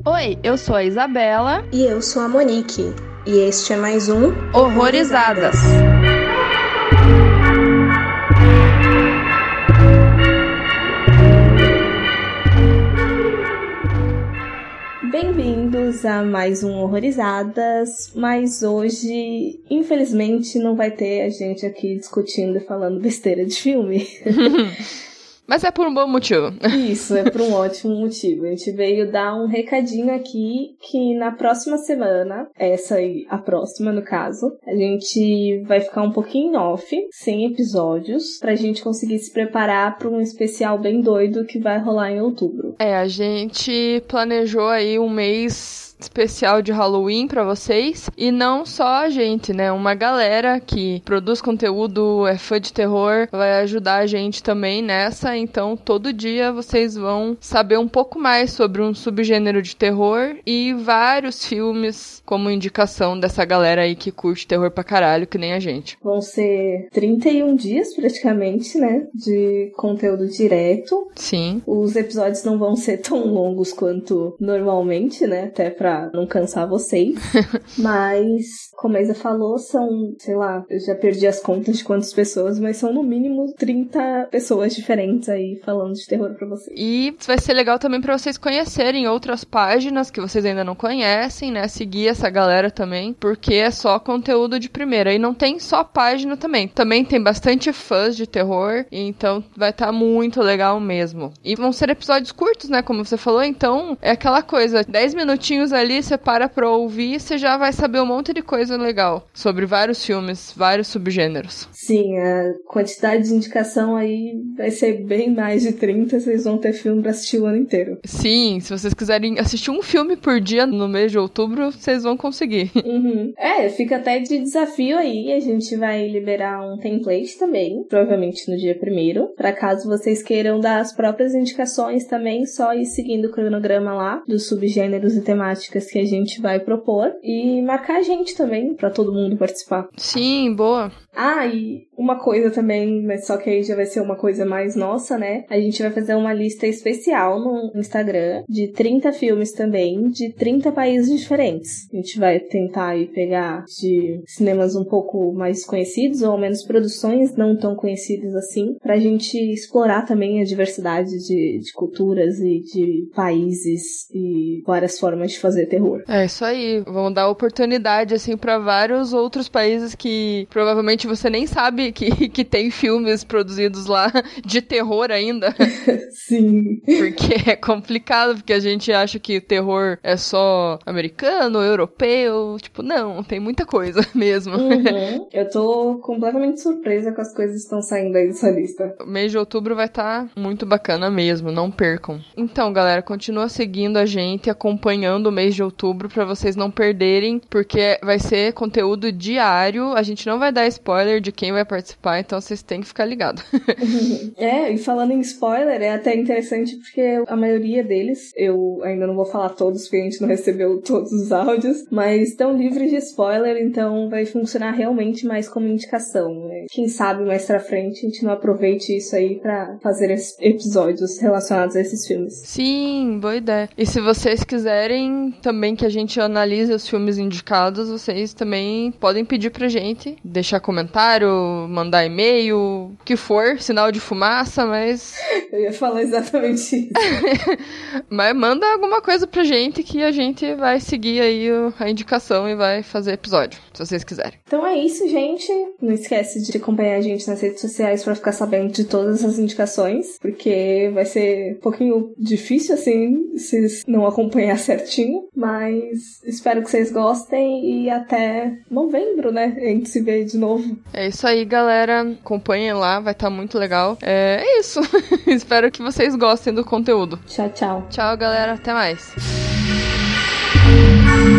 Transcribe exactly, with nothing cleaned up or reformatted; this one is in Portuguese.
Oi, eu sou a Isabela. E eu sou a Monique. E este é mais um Horrorizadas. Bem-vindos a mais um Horrorizadas, mas hoje, infelizmente, não vai ter a gente aqui discutindo e falando besteira de filme. Mas é por um bom motivo. Isso, é por um ótimo motivo. A gente veio dar um recadinho aqui que na próxima semana, essa aí, a próxima no caso, a gente vai ficar um pouquinho off, sem episódios, pra gente conseguir se preparar pra um especial bem doido que vai rolar em outubro. É, a gente planejou aí um mês especial de Halloween pra vocês, e não só a gente, né, uma galera que produz conteúdo, é fã de terror, vai ajudar a gente também nessa, então todo dia vocês vão saber um pouco mais sobre um subgênero de terror e vários filmes como indicação dessa galera aí que curte terror pra caralho, que nem a gente. Vão ser trinta e um dias praticamente, né, de conteúdo direto. Sim. Os episódios não vão ser tão longos quanto normalmente, né, até pra pra não cansar vocês. Mas, como a Isa falou, são, sei lá, eu já perdi as contas de quantas pessoas, mas são no mínimo trinta pessoas diferentes aí falando de terror pra vocês. E vai ser legal também pra vocês conhecerem outras páginas que vocês ainda não conhecem, né? Seguir essa galera também, porque é só conteúdo de primeira. E não tem só página também. Também tem bastante fãs de terror, então vai estar tá muito legal mesmo. E vão ser episódios curtos, né? Como você falou, então é aquela coisa, dez minutinhos ali, você para pra ouvir, você já vai saber um monte de coisa legal sobre vários filmes, vários subgêneros. Sim, a quantidade de indicação aí vai ser bem mais de trinta, vocês vão ter filme pra assistir o ano inteiro. Sim, se vocês quiserem assistir um filme por dia no mês de outubro, vocês vão conseguir. Uhum. É, fica até de desafio aí, a gente vai liberar um template também, provavelmente no dia primeiro, pra caso vocês queiram dar as próprias indicações também, só ir seguindo o cronograma lá dos subgêneros e temáticas que a gente vai propor e marcar a gente também pra todo mundo participar. Sim, boa. Ah, e uma coisa também, mas só que aí já vai ser uma coisa mais nossa, né? A gente vai fazer uma lista especial no Instagram de trinta filmes também, de trinta países diferentes. A gente vai tentar aí pegar de cinemas um pouco mais conhecidos, ou ao menos produções não tão conhecidas assim, pra gente explorar também a diversidade de, de culturas e de países e várias formas de fazer terror. É isso aí. Vão dar oportunidade, assim, pra vários outros países que provavelmente você nem sabe que, que tem filmes produzidos lá de terror ainda. Sim. Porque é complicado, porque a gente acha que o terror é só americano, europeu. Tipo, não, tem muita coisa mesmo. Uhum. Eu tô completamente surpresa com as coisas que estão saindo aí dessa lista. O mês de outubro vai estar tá muito bacana mesmo, não percam. Então, galera, continua seguindo a gente, acompanhando o mês de outubro pra vocês não perderem, porque vai ser conteúdo diário, a gente não vai dar spoiler de quem vai participar, então vocês têm que ficar ligados. É, e falando em spoiler, é até interessante porque a maioria deles, eu ainda não vou falar todos porque a gente não recebeu todos os áudios, mas estão livres de spoiler, então vai funcionar realmente mais como indicação, né? Quem sabe mais pra frente a gente não aproveite isso aí pra fazer episódios relacionados a esses filmes. Sim, boa ideia. E se vocês quiserem também que a gente analise os filmes indicados, vocês também podem pedir pra gente, deixar comentário, mandar e-mail, o que for, sinal de fumaça, mas... Eu ia falar exatamente isso. Mas manda alguma coisa pra gente que a gente vai seguir aí a indicação e vai fazer episódio, se vocês quiserem. Então é isso, gente. Não esquece de acompanhar a gente nas redes sociais pra ficar sabendo de todas as indicações, porque vai ser um pouquinho difícil, assim, se não acompanhar certinho, mas espero que vocês gostem e até novembro, né? A gente se vê de novo. É isso aí, galera. Acompanhem lá, vai estar muito legal. É, é isso. Espero que vocês gostem do conteúdo. Tchau, tchau. Tchau, galera. Até mais.